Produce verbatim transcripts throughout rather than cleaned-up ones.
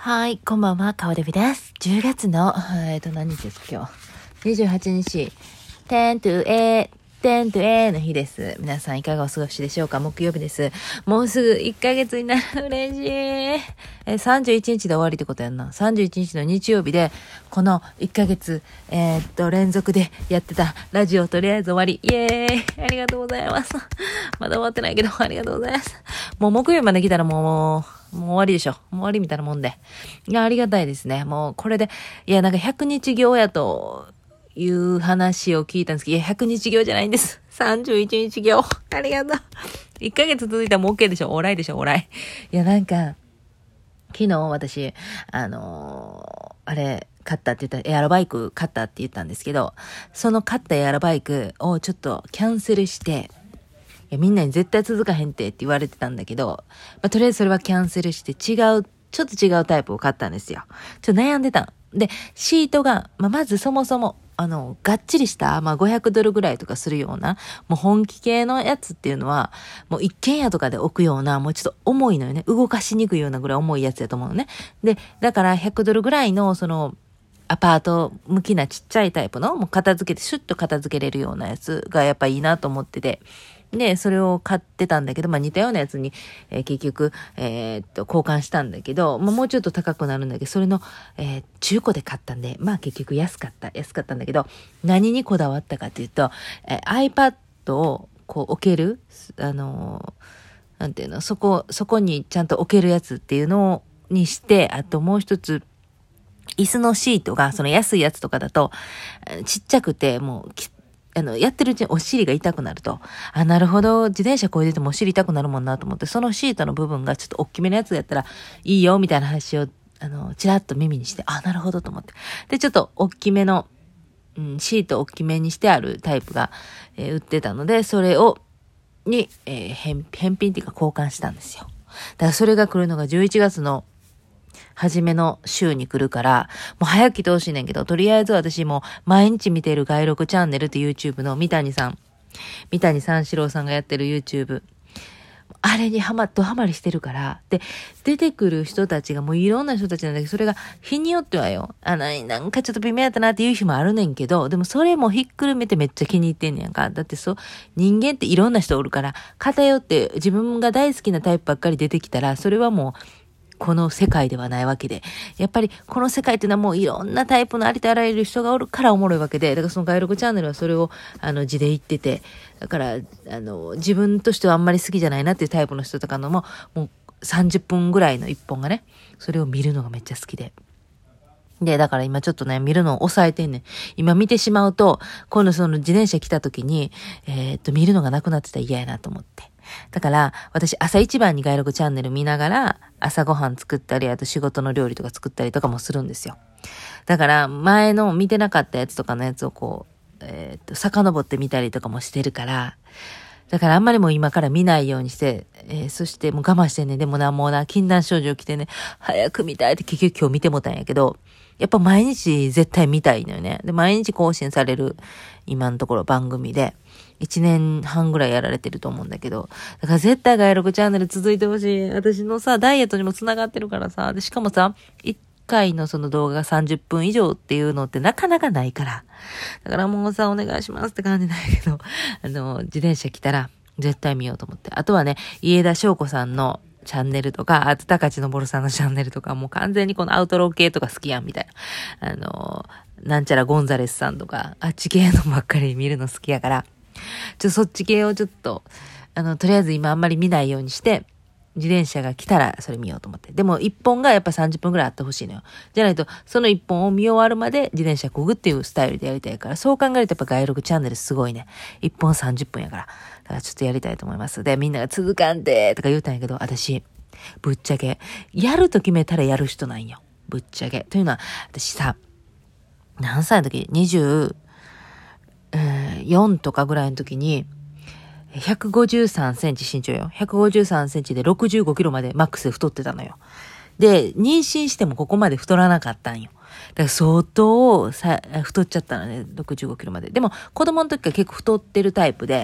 はい、こんばんは、かおでびです。じゅうがつの、えっと、何日ですか、今日。にじゅうはちにち、テントゥエー、テントゥエーの日です。皆さんいかがお過ごしでしょうか？木曜日です。もうすぐいっかげつになる。嬉しい。え、さんじゅういちにちで終わりってことやんな。さんじゅういちにちの日曜日で、このいっかげつ、えー、っと、連続でやってたラジオとりあえず終わり。イエーイ。ありがとうございます。まだ終わってないけど、ありがとうございます。もう木曜日まで来たらもう、もう終わりでしょ。もう終わりみたいなもんで。いや、ありがたいですね。もうこれで、いや、なんかひゃくにち行やという話を聞いたんですけど、いや、ひゃくにち行じゃないんです。さんじゅういちにち行。ありがとう。いっかげつ続いたらもう OK でしょ。オーライでしょ、オーライ。いや、なんか、昨日私、あのー、あれ、買ったって言ったエアロバイク買ったって言ったんですけど、その買ったエアロバイクをちょっとキャンセルして、いやみんなに絶対続かへんってって言われてたんだけど、まあ、とりあえずそれはキャンセルして違う、ちょっと違うタイプを買ったんですよ。ちょっと悩んでたん。で、シートが、まあ、まずそもそも、あの、がっちりした、まあ、ごひゃくドルぐらいとかするような、もう本気系のやつっていうのは、もう一軒家とかで置くような、もうちょっと重いのよね。動かしにくいようなぐらい重いやつやと思うのね。で、だからひゃくドルぐらいの、その、アパート向きなちっちゃいタイプの、もう片付けてシュッと片付けれるようなやつがやっぱいいなと思ってて、で、それを買ってたんだけど、まあ似たようなやつに、えー、結局、えー、っと、交換したんだけど、まあもうちょっと高くなるんだけど、それの、えー、中古で買ったんで、まあ結局安かった、安かったんだけど、何にこだわったかっていうと、えー、iPad をこう置ける、あのー、なんていうの、そこ、そこにちゃんと置けるやつっていうのにして、あともう一つ、椅子のシートが、その安いやつとかだと、ちっちゃくて、もう、あの、やってるうちにお尻が痛くなると、あ、なるほど、自転車こいでてもお尻痛くなるもんなと思って、そのシートの部分がちょっと大きめのやつやったらいいよ、みたいな話を、あの、ちらっと耳にして、あ、なるほどと思って。で、ちょっと大きめの、うん、シート大きめにしてあるタイプが、えー、売ってたので、それを、に、えー、返、返品っていうか交換したんですよ。だからそれが来るのがじゅういちがつの初めの週に来るから、もう早く来てほしいねんけど、とりあえず私も毎日見てる外録チャンネルって YouTube の三谷さん、三谷三四郎さんがやってる YouTube、あれにハマ、ドハマりしてるから、で、出てくる人たちがもういろんな人たちなんだけど、それが日によってはよ、あの、なんかちょっと微妙やったなっていう日もあるねんけど、でもそれもひっくるめてめっちゃ気に入ってんねやんか。だってそう、人間っていろんな人おるから、偏って自分が大好きなタイプばっかり出てきたら、それはもう、この世界ではないわけで。やっぱりこの世界っていうのはもういろんなタイプのありとあらゆる人がおるからおもろいわけで。だからその外録チャンネルはそれをあの字で言ってて。だからあの自分としてはあんまり好きじゃないなっていうタイプの人とかのももうさんじゅっぷんぐらいの一本がね。それを見るのがめっちゃ好きで。で、だから今ちょっとね、見るのを抑えてんねん。今見てしまうと、今度その自転車来た時に、えー、っと、見るのがなくなってたら嫌やなと思って。だから、私朝一番に外録チャンネル見ながら、朝ごはん作ったり、あと仕事の料理とか作ったりとかもするんですよ。だから、前の見てなかったやつとかのやつをこう、えー、っと、遡って見たりとかもしてるから、だからあんまりもう今から見ないようにして、えー、そしてもう我慢してね、でもな、もうな、禁断症状来てね、早く見たいって結局今日見てもたんやけど、やっぱ毎日絶対見たいのよね。で、毎日更新される、今のところ番組で、一年半ぐらいやられてると思うんだけど、だから絶対外録チャンネル続いてほしい。私のさ、ダイエットにも繋がってるからさ、で、しかもさ、一回のその動画がさんじゅっぷん以上っていうのってなかなかないから。だからもうさ、お願いしますって感じなんやけど、あの、自転車来たら絶対見ようと思って。あとはね、家田翔子さんのチャンネルとか、あと高知のぼるさんのチャンネルとか、もう完全にこのアウトロー系とか好きやんみたいな。あの、なんちゃらゴンザレスさんとか、あっち系のばっかり見るの好きやから、ちょっとそっち系をちょっと、あの、とりあえず今あんまり見ないようにして、自転車が来たらそれ見ようと思って。でも一本がやっぱさんじゅっぷんぐらいあってほしいのよ。じゃないと、その一本を見終わるまで自転車こぐっていうスタイルでやりたいから、そう考えるとやっぱ外録チャンネルすごいね。一本さんじゅっぷんやから。だからちょっとやりたいと思います。で、みんなが続かんでとか言うたんやけど、私、ぶっちゃけ、やると決めたらやる人なんよ。ぶっちゃけ。というのは、私さ、何歳の時 ?にじゅうよんとかぐらいの時に、ひゃくごじゅうさんセンチ身長よ。ひゃくごじゅうさんセンチでろくじゅうごキロまでマックスで太ってたのよ。で、妊娠してもここまで太らなかったんよ。だから相当さ太っちゃったのね、ろくじゅうごキロまで。でも子供の時から結構太ってるタイプで、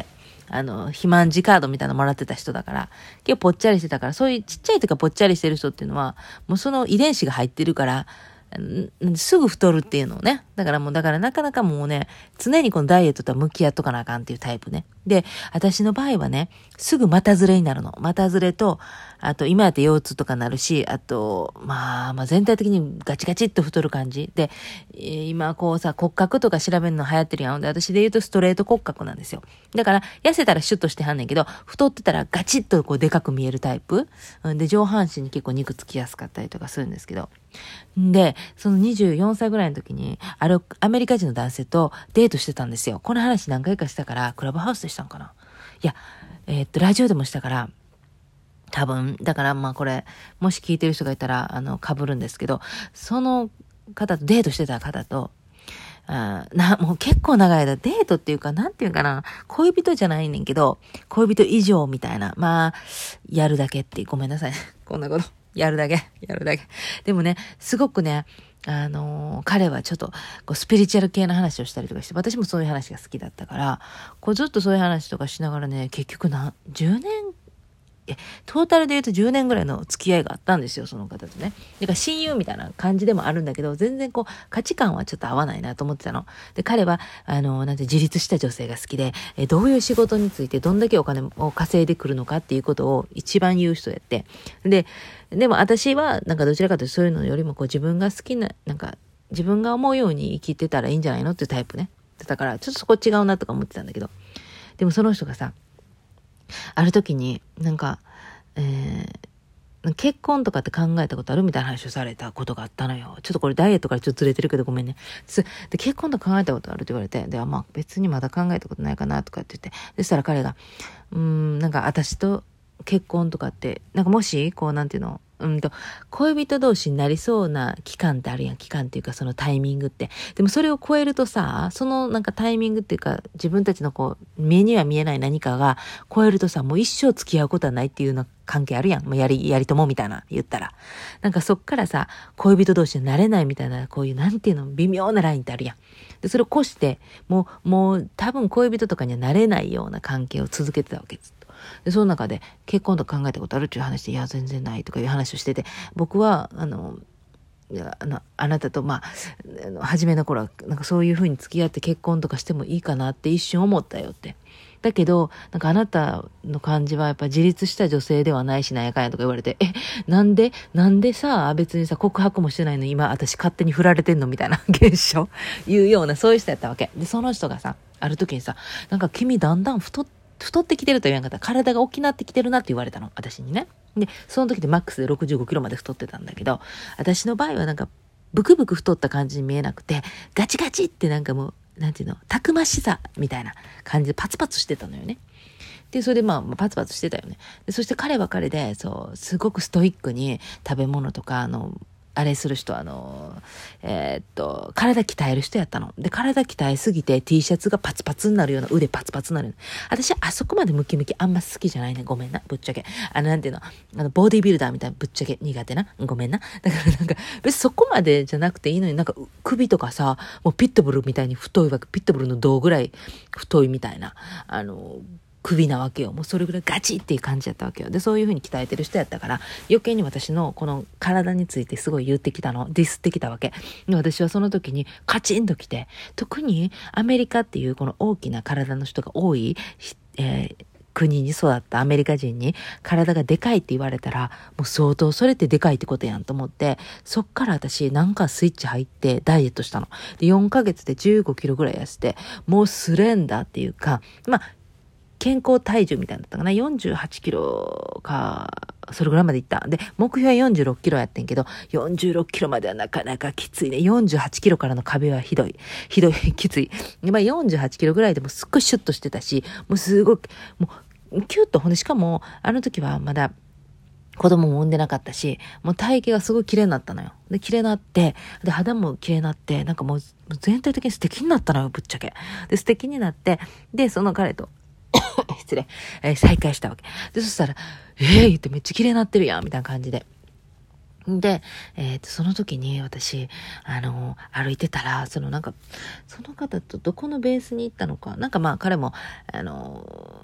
あの、肥満児カードみたいなのもらってた人だから、結構ぽっちゃりしてたから、そういうちっちゃい時からぽっちゃりしてる人っていうのは、もうその遺伝子が入ってるから、すぐ太るっていうのをね。だからもう、だからなかなかもうね、常にこのダイエットとは向き合っとかなあかんっていうタイプね。で、私の場合はね、すぐ股ずれになるの。股ずれと、あと今やって腰痛とかなるし、あと、まあ、まあ全体的にガチガチっと太る感じ。で、今こうさ、骨格とか調べるの流行ってるやん。で、私で言うとストレート骨格なんですよ。だから、痩せたらシュッとしてはんねんけど、太ってたらガチッとこうでかく見えるタイプ。で、上半身に結構肉つきやすかったりとかするんですけど。で、そのにじゅうよんさいぐらいの時に、あるアメリカ人の男性とデートしてたんですよ。この話何回かしたから、クラブハウスでしたんかな。いや、えー、っと、ラジオでもしたから、多分、だからまあこれ、もし聞いてる人がいたら、あの、被るんですけど、その方と、デートしてた方と、あな、もう結構長い間、デートっていうか、なんていうかな、恋人じゃないねんけど、恋人以上みたいな、まあ、やるだけって、ごめんなさい。こんなこと。やるだけ、やるだけ。でもね、すごくね、あのー、彼はちょっと、こう、スピリチュアル系の話をしたりとかして、私もそういう話が好きだったから、こう、ずっとそういう話とかしながらね、結局な、じゅうねん、え、トータルで言うとじゅうねんぐらいの付き合いがあったんですよ、その方とね。だから親友みたいな感じでもあるんだけど、全然こう、価値観はちょっと合わないなと思ってたの。で、彼は、あの、なんて自立した女性が好きで、え、どういう仕事についてどんだけお金を稼いでくるのかっていうことを一番言う人やって。で、でも私は、なんかどちらかというとそういうのよりも、こう自分が好きな、なんか、自分が思うように生きてたらいいんじゃないのっていうタイプね。だから、ちょっとそこ違うなとか思ってたんだけど。でもその人がさ、ある時になんか、えー、結婚とかって考えたことあるみたいな話をされたことがあったのよ。ちょっとこれダイエットからちょっとずれてるけどごめんね。で、結婚とか考えたことあるって言われて、で、まあ別にまだ考えたことないかなとかって言って、そしたら彼が、うーん、なんか私と結婚とかって、なんかもし、こうなんていうの、うんと、恋人同士になりそうな期間ってあるやん。期間っていうかそのタイミングって。でもそれを超えるとさ、そのなんかタイミングっていうか自分たちのこう、目には見えない何かが超えるとさ、もう一生付き合うことはないっていうような関係あるやん。もうやり、やりともみたいな言ったら。なんかそっからさ、恋人同士になれないみたいな、こういうなんていうの、微妙なラインってあるやん。で、それを越して、もう、もう多分恋人とかにはなれないような関係を続けてたわけです。で、その中で結婚と考えたことあるっていう話で、いや、全然ないとかいう話をしてて、僕は、あの、あの、あなたと、まあ、あの初めの頃は、なんかそういう風に付き合って結婚とかしてもいいかなって一瞬思ったよって。だけど、なんかあなたの感じはやっぱ自立した女性ではないしなんやかんやとか言われて、え、なんでなんでさ、別にさ、告白もしてないのに今私勝手に振られてんのみたいな現象いうような、そういう人やったわけ。で、その人がさ、ある時にさ、なんか君だんだん太って、太ってきてると言わんかったら体が大きなってきてるなって言われたの、私にね。で、その時でマックスでろくじゅうごキロまで太ってたんだけど、私の場合はなんか、ブクブク太った感じに見えなくて、ガチガチってなんかもう、なんていうの、たくましさみたいな感じでパツパツしてたのよね。で、それでまあ、パツパツしてたよね。で、そして彼は彼で、そう、すごくストイックに食べ物とか、あの、あれする人、あの、えー、っと、体鍛える人やったの。で、体鍛えすぎて T シャツがパツパツになるような、腕パツパツになる。私はあそこまでムキムキあんま好きじゃないね。ごめんな。ぶっちゃけ。あの、なんていうの、あの、ボディビルダーみたいなぶっちゃけ苦手な。ごめんな。だからなんか、別にそこまでじゃなくていいのになんか、首とかさ、もうピットブルみたいに太いわけ。ピットブルの胴ぐらい太いみたいな。あの、首なわけよ。もうそれぐらいガチっていう感じだったわけよ。で、そういう風に鍛えてる人やったから、余計に私のこの体についてすごい言ってきたの、ディスってきたわけ。で、私はその時にカチンときて、特にアメリカっていうこの大きな体の人が多い、えー国に育ったアメリカ人に体がでかいって言われたら、もう相当それってでかいってことやんと思って、そっから私なんかスイッチ入ってダイエットしたの。で、よんかげつでじゅうごキロぐらい痩せて、もうスレンダーっていうか、まあ、健康体重みたいなのだったかな。よんじゅうはちキロか、それぐらいまでいった。で、目標はよんじゅうろっキロやってんけど、よんじゅうろっキロまではなかなかきついね。よんじゅうはちキロからの壁はひどい。ひどい、きつい。まあよんじゅうはちキロぐらいでもすっごいシュッとしてたし、もうすごく、もう、キュッと、ほんで、しかも、あの時はまだ、子供も産んでなかったし、もう体型がすごい綺麗になったのよ。で、綺麗になって、で、肌も綺麗になって、なんかもう、全体的に素敵になったのよ、ぶっちゃけ。で、素敵になって、で、その彼と、失礼、えー、再会したわけ。で、そしたら、えー、言ってめっちゃ綺麗になってるやん、みたいな感じで。で、えっと、その時に私、あの、歩いてたら、そのなんか、その方とどこのベースに行ったのか、なんかまあ彼も、あの、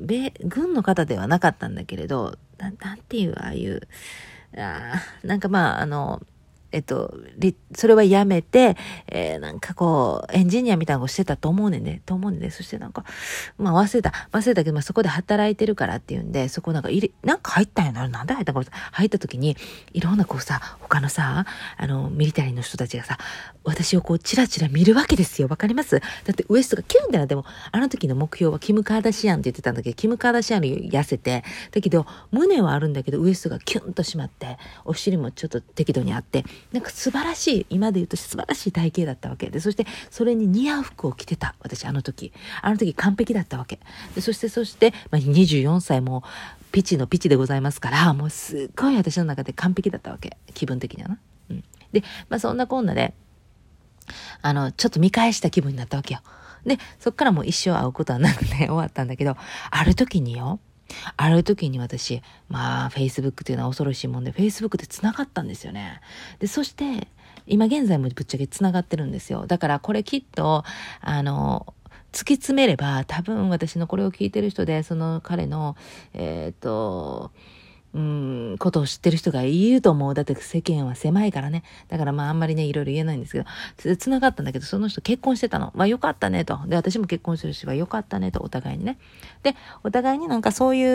米、軍の方ではなかったんだけれど、な、なんていう、ああいう、あなんかまあ、あの、えっと、それはやめて、えー、なんかこう、エンジニアみたいなのをしてたと思うねんね、と思うねんね。そしてなんか、まあ忘れた、忘れたけど、まあそこで働いてるからっていうんで、そこなんか入れ、なんか入ったんやな、なんで入ったんか、入った時に、いろんなこうさ、他のさ、あの、ミリタリーの人たちがさ、私をこう、チラチラ見るわけですよ。わかります？だってウエストがキュンってなっても、あの時の目標はキム・カーダシアンって言ってたんだけど、キム・カーダシアンより痩せて、だけど、胸はあるんだけど、ウエストがキュンと締まって、お尻もちょっと適度にあって、なんか素晴らしい、今で言うと素晴らしい体型だったわけで、そしてそれに似合う服を着てた、私あの時あの時完璧だったわけで、そしてそして、まあ、にじゅうよんさいもピチのピチでございますから、もうすっごい私の中で完璧だったわけ、気分的にはな、うん、で、まあそんなこんなであのちょっと見返した気分になったわけよ。でそっからもう一生会うことはなくて終わったんだけど、ある時によある時に私、まあ、Facebook っていうのは恐ろしいもんで、Facebook で繋がったんですよね。で、そして、今現在もぶっちゃけ繋がってるんですよ。だからこれきっと、あの、突き詰めれば、多分私のこれを聞いてる人で、その彼の、えっと、うーん、ことを知ってる人がいると思う。だって世間は狭いからね。だからまああんまりね、いろいろ言えないんですけど、繋がったんだけど、その人結婚してたの。まあよかったねと。で、私も結婚するしはよかったねと、お互いにね。で、お互いになんかそういう、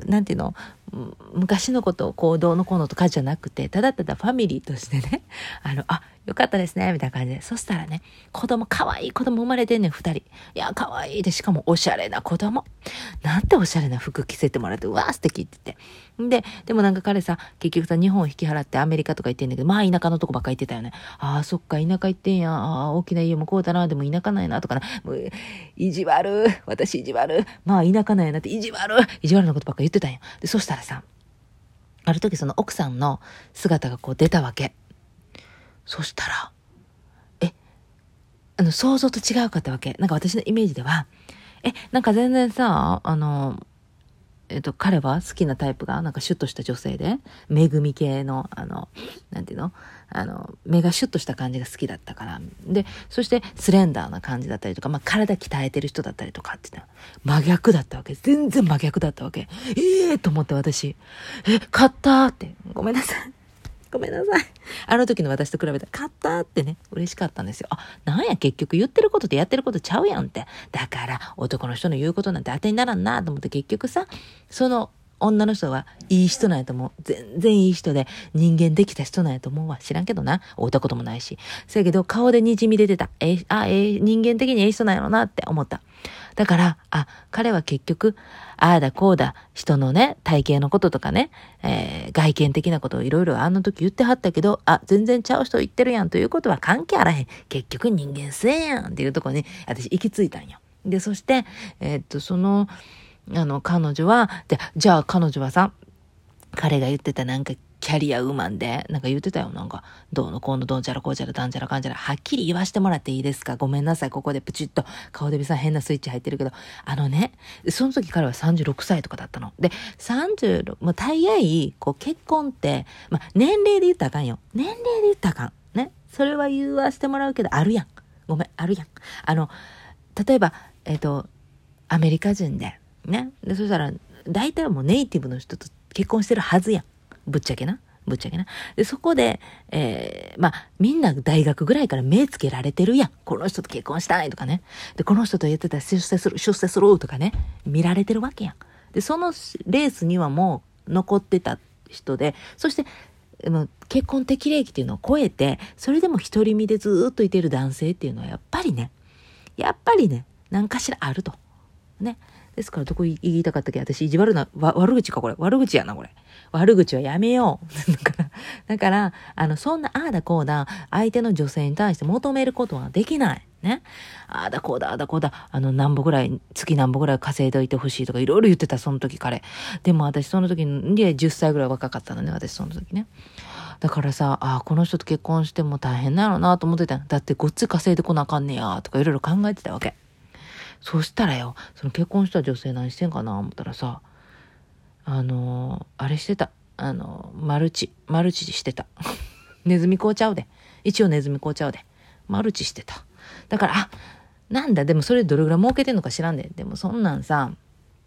なんていうの、昔のことを行動のこうのとかじゃなくて、ただただファミリーとしてね、あの、あ、よかったですね、みたいな感じで。そしたらね、子供、可愛い子供生まれてんねん、二人。いや、可愛いで、しかもおしゃれな子供。なんておしゃれな服着せてもらって、うわー素敵って言って。で、でもなんか彼さ、結局さ、日本を引き払ってアメリカとか行ってんだけど、まあ田舎のとこばっか行ってたよね。ああ、そっか、田舎行ってんや。ああ、大きな家もこうだな。でも田舎なんやな、とかな。もう、意地悪。私意地悪。まあ田舎なんやなって意地悪。意地悪なことばっか言ってたんや。で、そしたらさ、ある時その奥さんの姿がこう出たわけ。そしたら、え、あの、想像と違うかったわけ。なんか私のイメージでは、え、なんか全然さ、あの、えっと、彼は好きなタイプが、なんかシュッとした女性で、めぐみ系の、あの、なんていうのあの、目がシュッとした感じが好きだったから。で、そしてスレンダーな感じだったりとか、まあ、体鍛えてる人だったりとかって言ったら、真逆だったわけ。全然真逆だったわけ。ええー、と思って私、え、買ったーって、ごめんなさい。ごめんなさい。あの時の私と比べたら、買ったってね、嬉しかったんですよ。あ、なんや結局言ってることとやってることちゃうやんって。だから男の人の言うことなんて当てにならんなと思って、結局さ、その女の人はいい人なんやと思う。全然いい人で人間できた人なんやと思うわ。知らんけどな。会うたこともないし。そやけど顔で滲み出てた。え、あ、え、人間的にええ人なんやろなって思った。だから、あ、彼は結局、ああだこうだ、人のね、体型のこととかね、えー、外見的なことをいろいろあの時言ってはったけど、あ、全然ちゃう人言ってるやんということは関係あらへん。結局人間性やんっていうところに、私行き着いたんよ。で、そして、えー、っと、その、あの、彼女は、で、じゃあ彼女はさ、彼が言ってたなんかキャリアウーマンで、なんか言ってたよ。なんか、どうのこうのどうちゃらこうちゃらだんちゃらかんちゃら、はっきり言わしてもらっていいですか？ごめんなさい。ここでプチッと顔でびさん変なスイッチ入ってるけど、あのね、その時彼はさんじゅうろくさいとかだったの。で、さんじゅうろく、もう大概、こう結婚って、まあ、年齢で言ったらあかんよ。年齢で言ったらあかん。ね。それは言わしてもらうけど、あるやん。ごめん、あるやん。あの、例えば、えっと、アメリカ人で、ね。で、そしたら、大体もうネイティブの人と結婚してるはずやん。ぶっちゃけな。ぶっちゃけな。で、そこで、えー、まあ、みんな大学ぐらいから目つけられてるやん。この人と結婚したいとかね。で、この人と言ってたら出世する、出世するとかね。見られてるわけやん。で、そのレースにはもう残ってた人で、そして、結婚適齢期っていうのを超えて、それでも独り身でずっといてる男性っていうのはやっぱりね、やっぱりね、何かしらあると。ね。ですからどこ言いたかったっけ？私意地悪な、わ、悪口かこれ。悪口やな、これ。悪口はやめよう。だから、だから、あの、そんなああだこうだ、相手の女性に対して求めることはできない。ね。ああだこうだ、ああだこうだ、あの、何歩ぐらい、月何歩ぐらい稼いでおいてほしいとかいろいろ言ってた、その時彼。でも私その時に、で、じゅっさいぐらい若かったのね、私その時ね。だからさ、ああ、この人と結婚しても大変なのなと思ってた。だってごっつ稼いでこなあかんねや、とかいろいろ考えてたわけ。そしたらよ、その結婚した女性何してんかな思ったらさ、あのー、あれしてた。あのー、マルチ、マルチしてた。ネズミこうちゃうで。一応ネズミこうちゃうで。マルチしてた。だから、あ、なんだ、でもそれどれぐらい儲けてんのか知らんで。でもそんなんさ、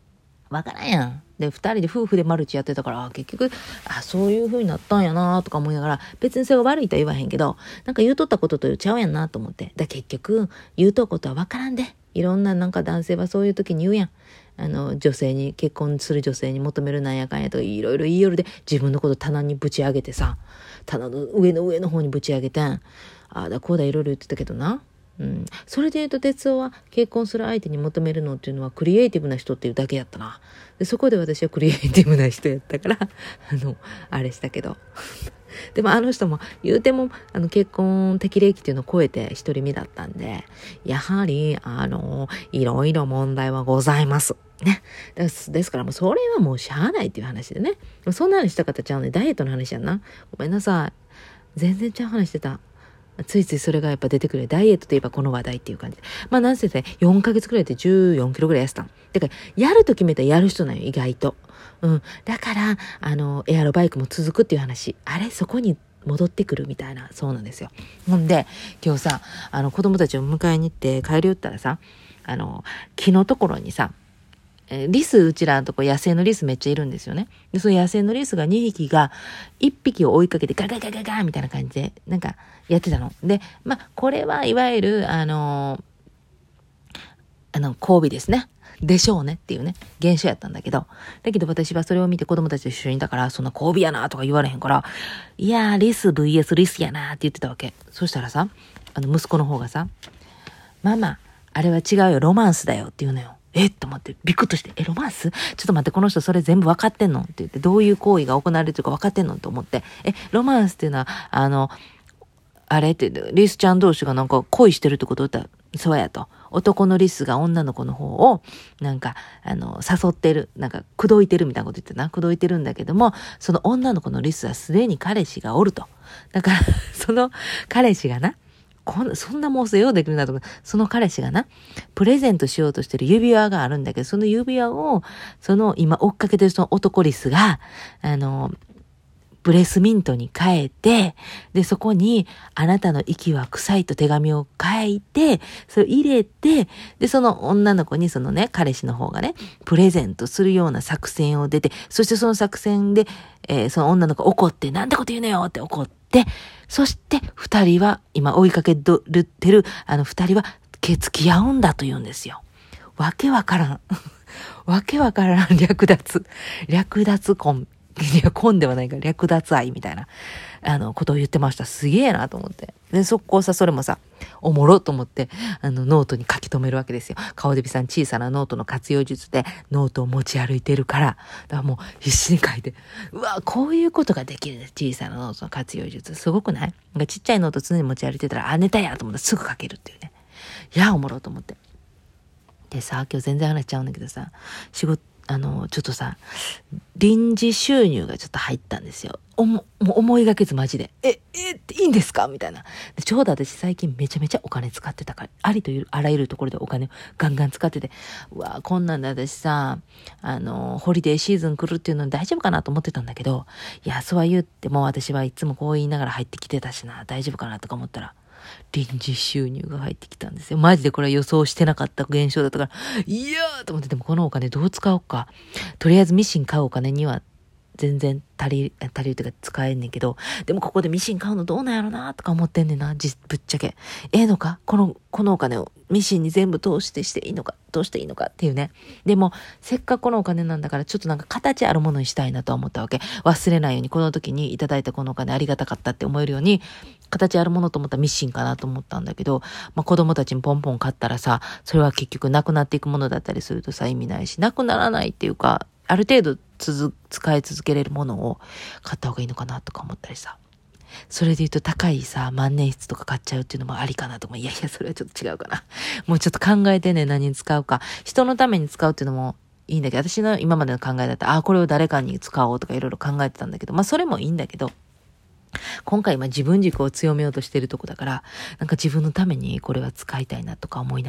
わからんやん。で、二人で夫婦でマルチやってたから、結局、あ、そういう風になったんやなとか思いながら、別にそれが悪いとは言わへんけど、なんか言うとったこととちゃうやんなと思って。だ結局、言うとうことはわからんで。いろんななんか男性はそういう時に言うやん。あの、女性に、結婚する女性に求めるなんやかんやとか、いろいろ言いよるで、自分のこと棚にぶち上げてさ、棚の上の上の方にぶち上げてん。ああだこうだいろいろ言ってたけどな。うん、それで言うと哲夫は結婚する相手に求めるのっていうのはクリエイティブな人っていうだけやったな。でそこで私はクリエイティブな人やったからあのあれしたけどでもあの人も言うてもあの結婚適齢期っていうのを超えて一人身だったんで、やはりあのいろいろ問題はございますね。です、ですからもうそれはもうしゃあないっていう話でね。そんな話した方ちゃうね。ダイエットの話やんな。ごめんなさい。全然ちゃう話してた。ついついそれがやっぱ出てくる。ダイエットといえばこの話題っていう感じで。まあなんせね、よんかげつくらいでじゅうよんキロぐらい痩せたん。だから、やると決めたらやる人なんよ、意外と。うん。だから、あの、エアロバイクも続くっていう話。あれそこに戻ってくるみたいな、そうなんですよ。ほんで、今日さ、あの、子供たちを迎えに行って帰り寄ったらさ、あの、木のところにさ、リス、うちらのとこ野生のリスめっちゃいるんですよね。で、その野生のリスがにひきがいっぴきを追いかけてガガガガガみたいな感じで、なんかやってたの。で、まあ、これはいわゆる、あの、あの、交尾ですね。でしょうねっていうね、現象やったんだけど。だけど私はそれを見て子供たちと一緒にいたから、そんな交尾やなとか言われへんから、いやー、リス ブイエス リスやなって言ってたわけ。そしたらさ、あの、息子の方がさ、ママ、あれは違うよ、ロマンスだよって言うのよ。えっと思って、ビクッとして、え、ロマンスちょっと待って、この人それ全部分かってんのって言って、どういう行為が行われてるか分かってんのと思って、え、ロマンスっていうのは、あの、あれって、リスちゃん同士がなんか恋してるってことだったら、そうやと。男のリスが女の子の方を、なんか、あの、誘ってる、なんか、口説いてるみたいなこと言ってな、口説いてるんだけども、その女の子のリスはすでに彼氏がおると。だから、その彼氏がな、こんそんな妄想ようできるなと思う。その彼氏がな、プレゼントしようとしてる指輪があるんだけど、その指輪を、その今追っかけてるその男リスが、あの、ブレスミントに変えて、で、そこに、あなたの息は臭いと手紙を書いて、それを入れて、で、その女の子にそのね、彼氏の方がね、プレゼントするような作戦を出て、そしてその作戦で、えー、その女の子怒って、なんてこと言うのよって怒って、そして二人は、今追いかけてる、あの二人は、付き合うんだと言うんですよ。わけわからん。わけわからん略奪。略奪婚。いや、婚ではないから略奪愛みたいな、あの、ことを言ってました。すげえなと思って。で、速攻さ、それもさ、おもろと思って、あの、ノートに書き留めるわけですよ。顔デビさん小さなノートの活用術で、ノートを持ち歩いてるから、だからもう必死に書いて、うわ、こういうことができるね。小さなノートの活用術。すごくない？なんかちっちゃいノート常に持ち歩いてたら、あ、ネタやと思ったらすぐ書けるっていうね。いや、おもろと思って。でさ、今日全然話しちゃうんだけどさ、仕事、あの、ちょっとさ、臨時収入がちょっと入ったんですよ。おも、もう思いがけずマジで。え、え、っていいんですかみたいな。でちょうど私最近めちゃめちゃお金使ってたから、ありという、あらゆるところでお金をガンガン使ってて、うわこんなんで私さ、あの、ホリデーシーズン来るっていうの大丈夫かなと思ってたんだけど、いや、そうは言っても私はいつもこう言いながら入ってきてたしな、大丈夫かなとか思ったら、臨時収入が入ってきたんですよ。マジでこれは予想してなかった現象だったから、いやーと思って、でもこのお金どう使おうか。とりあえずミシン買うお金には全然足り、足りるというか使えんねんけど、でもここでミシン買うのどうなんやろなとか思ってんねんな、じぶっちゃけ。ええのかこの、このお金をミシンに全部通してしていいのかどうしていいのかっていうね。でも、せっかくこのお金なんだから、ちょっとなんか形あるものにしたいなと思ったわけ。忘れないように、この時にいただいたこのお金ありがたかったって思えるように、形あるものと思ったらミシンかなと思ったんだけど、まあ子供たちにポンポン買ったらさ、それは結局なくなっていくものだったりするとさ、意味ないし、なくならないっていうか、ある程度つ使い続けれるものを買った方がいいのかなとか思ったりさ。それで言うと高いさ、万年筆とか買っちゃうっていうのもありかなとか、いやいや、それはちょっと違うかな。もうちょっと考えてね、何に使うか。人のために使うっていうのもいいんだけど、私の今までの考えだったら、あ、これを誰かに使おうとかいろいろ考えてたんだけど、まあそれもいいんだけど、今回今自分軸を強めようとしてるとこだから、なんか自分のためにこれは使いたいなとか思いながら、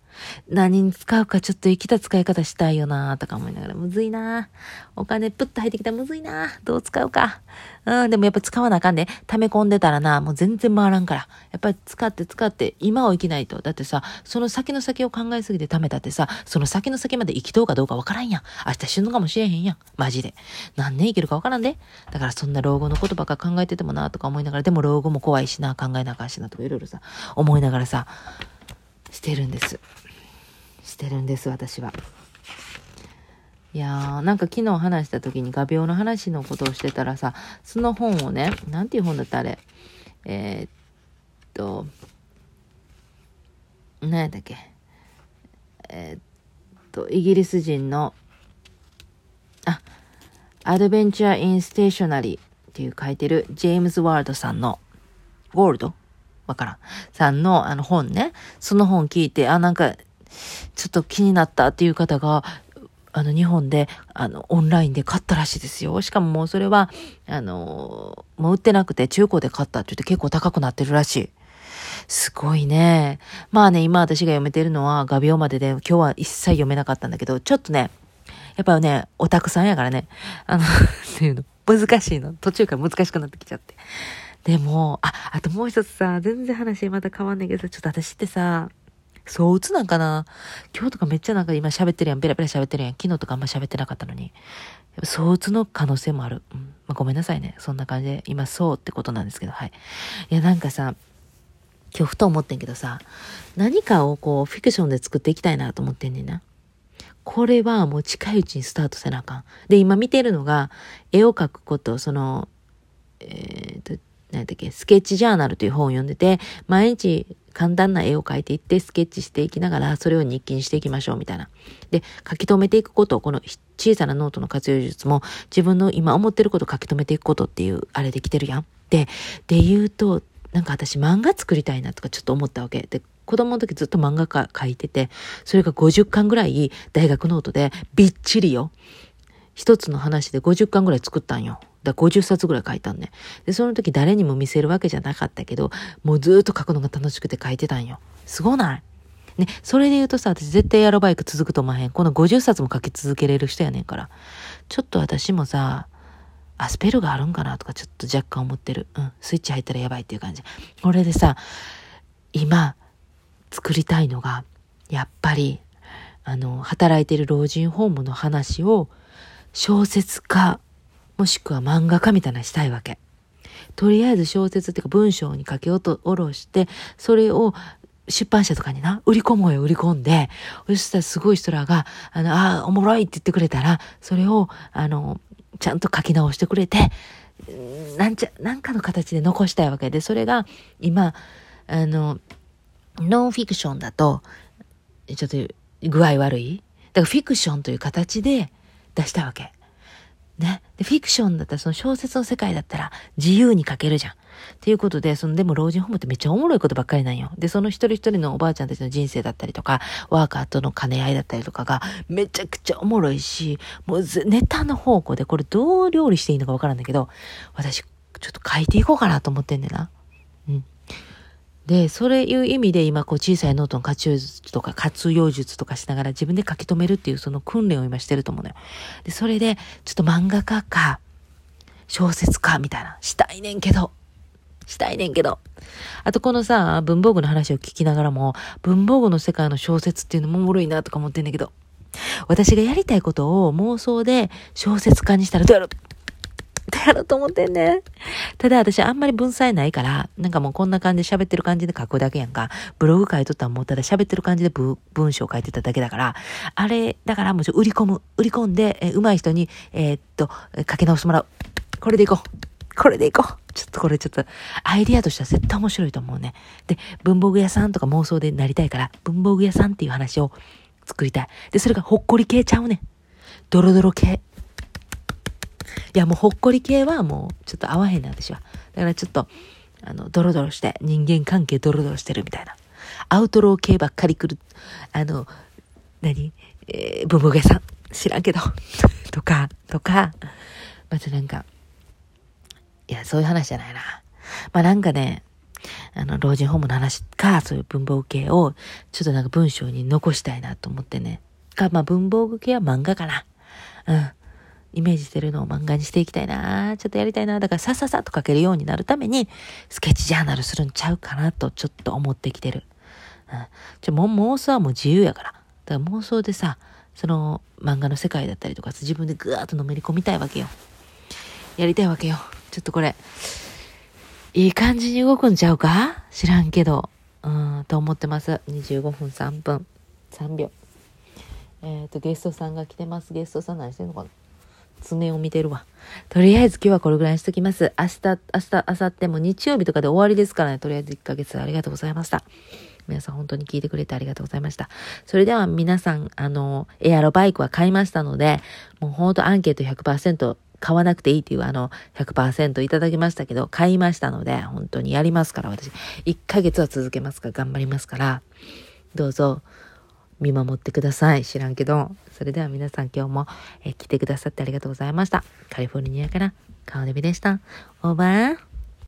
何に使うかちょっと生きた使い方したいよなとか思いながら、むずいなお金プッと入ってきたらむずいなどう使うか。うん、でもやっぱ使わなあかんで、溜め込んでたらな、もう全然回らんから。やっぱり使って使って、今を生きないと。だってさ、その先の先を考えすぎて貯めたってさ、その先の先まで生きとうかどうかわからんやん。明日死ぬかもしれへんやん。マジで。何年生きるかわからんで。だからそんな老後のことばっか考えててもなとか思いながら、でも老後も怖いしな、考えなあかんしなとかいろいろさ、思いながらさ、してるんです。してるんです私は。いやーなんか昨日話した時に画鋲の話のことをしてたらさ、その本をね、なんていう本だったあれ、えー、っと何やったっけ、えー、っとイギリス人のあアドベンチャー・イン・ステーショナリーっていう書いてるジェームズ・ワールドさんのウォールドわからんさんのあの本ね、その本聞いて、あなんかちょっと気になったっていう方があの日本であのオンラインで買ったらしいですよ。しかももうそれはあのもう売ってなくて中古で買ったって言って結構高くなってるらしい。すごいね。まあね、今私が読めてるのは画鋲までで、今日は一切読めなかったんだけど、ちょっとねやっぱねオタクさんやからね、あのっていうの難しいの、途中から難しくなってきちゃって。でもああともう一つさ、全然話また変わんないけどさ、ちょっと私ってさそう打つなんかな、今日とかめっちゃなんか今喋ってるやん、ベラベラ喋ってるやん、昨日とかあんま喋ってなかったのに、そう打つの可能性もある、うんまあ、ごめんなさいね、そんな感じで今そうってことなんですけど、はい。いやなんかさ今日ふと思ってんけどさ、何かをこうフィクションで作っていきたいなと思ってんねんな。これはもう近いうちにスタートせなあかん。で今見てるのが絵を描くこと、そのえー、と何だっけスケッチジャーナルという本を読んでて、毎日簡単な絵を描いていってスケッチしていきながらそれを日記にしていきましょうみたいな。で書き留めていくことを、この小さなノートの活用術も自分の今思ってることを書き留めていくことっていうあれできてるやん。でで言うとなんか私漫画作りたいなとかちょっと思ったわけで、子供の時ずっと漫画家書いてて、それがごじゅっかんぐらい大学ノートでびっちりよ、一つの話でごじゅっかんぐらい作ったんよ。だからごじゅっさつぐらい書いたんね。でその時誰にも見せるわけじゃなかったけど、もうずっと書くのが楽しくて書いてたんよ。すごないね。それで言うとさ、私絶対エアロバイク続くと思わへん。このごじゅっさつも書き続けれる人やねんから、ちょっと私もさアスペルがあるんかなとかちょっと若干思ってる。うん、スイッチ入ったらやばいっていう感じ。これでさ今作りたいのがやっぱりあの働いてる老人ホームの話を小説家もしくは漫画家みたいなのしたいわけ。とりあえず小説っていうか文章に書き下ろして、それを出版社とかにな売り込もうよ、売り込んで、そしたらすごい人らがあのあおもろいって言ってくれたら、それをあのちゃんと書き直してくれて、なんちゃなんかの形で残したいわけで、それが今あのノンフィクションだとちょっと具合悪い。だからフィクションという形で出したわけ。ね。で、フィクションだったら、その小説の世界だったら自由に書けるじゃん。っていうことで、その、でも老人ホームってめっちゃおもろいことばっかりなんよ。で、その一人一人のおばあちゃんたちの人生だったりとか、ワーカーとの兼ね合いだったりとかがめちゃくちゃおもろいし、もうネタの方向でこれどう料理していいのかわからんだけど、私ちょっと書いていこうかなと思ってんねんな。うん。で、それいう意味で今こう小さいノートの活用術とか活用術とかしながら自分で書き留めるっていうその訓練を今してると思うのよ。で、それでちょっと漫画家か小説家みたいなしたいねんけど、したいねんけど。あとこのさ、文房具の話を聞きながらも、文房具の世界の小説っていうのもおもろいなとか思ってんだけど、私がやりたいことを妄想で小説家にしたらどうやろうってやろうと思ってんね。ただ私あんまり文才ないから、なんかもうこんな感じで喋ってる感じで書くだけやんか。ブログ書いとったらもうただ喋ってる感じで文章書いてただけだから、あれ、だからもうちょっと売り込む、売り込んで、え上手い人に、えー、っと、書き直してもらう。これでいこう。これでいこう。ちょっとこれちょっと、アイディアとしては絶対面白いと思うね。で、文房具屋さんとか妄想でなりたいから、文房具屋さんっていう話を作りたい。で、それがほっこり系ちゃうねん。ドロドロ系。いやもうほっこり系はもうちょっと合わへんね私は。だからちょっとあのドロドロして人間関係ドロドロしてるみたいなアウトロー系ばっかり来るあの何、えー、文房具屋さん知らんけどとかとかまたなんかいやそういう話じゃないな。まあなんかねあの、老人ホームの話か、そういう文房具系を、ちょっとなんか文章に残したいなと思ってね。か、まあ文房具系は漫画かな。うん。イメージしてるのを漫画にしていきたいな。ちょっとやりたいな。だからさっさっさと書けるようになるために、スケッチジャーナルするんちゃうかなと、ちょっと思ってきてる。うん。ちょ、もう妄想はもう自由やから。だから妄想でさ、その漫画の世界だったりとか、自分でぐーっとのめり込みたいわけよ。やりたいわけよ。ちょっとこれ、いい感じに動くんちゃうか？知らんけど。うん、と思ってます。にじゅうごふんさんぷん。さんびょう。えっと、ゲストさんが来てます。ゲストさん何してんのかな？爪を見てるわ。とりあえず今日はこれぐらいにしときます。明日、明日、明後日も日曜日とかで終わりですからね。とりあえずいっかげつありがとうございました。皆さん本当に聞いてくれてありがとうございました。それでは皆さん、あの、エアロバイクは買いましたので、もう本当アンケート ひゃくパーセント 買わなくていいっていうあの ひゃくパーセント いただきましたけど、買いましたので、本当にやりますから、私。いっかげつは続けますから、頑張りますから、どうぞ見守ってください。知らんけど。それでは皆さん今日もえ来てくださってありがとうございました。カリフォルニアから顔デビでした。オーバー。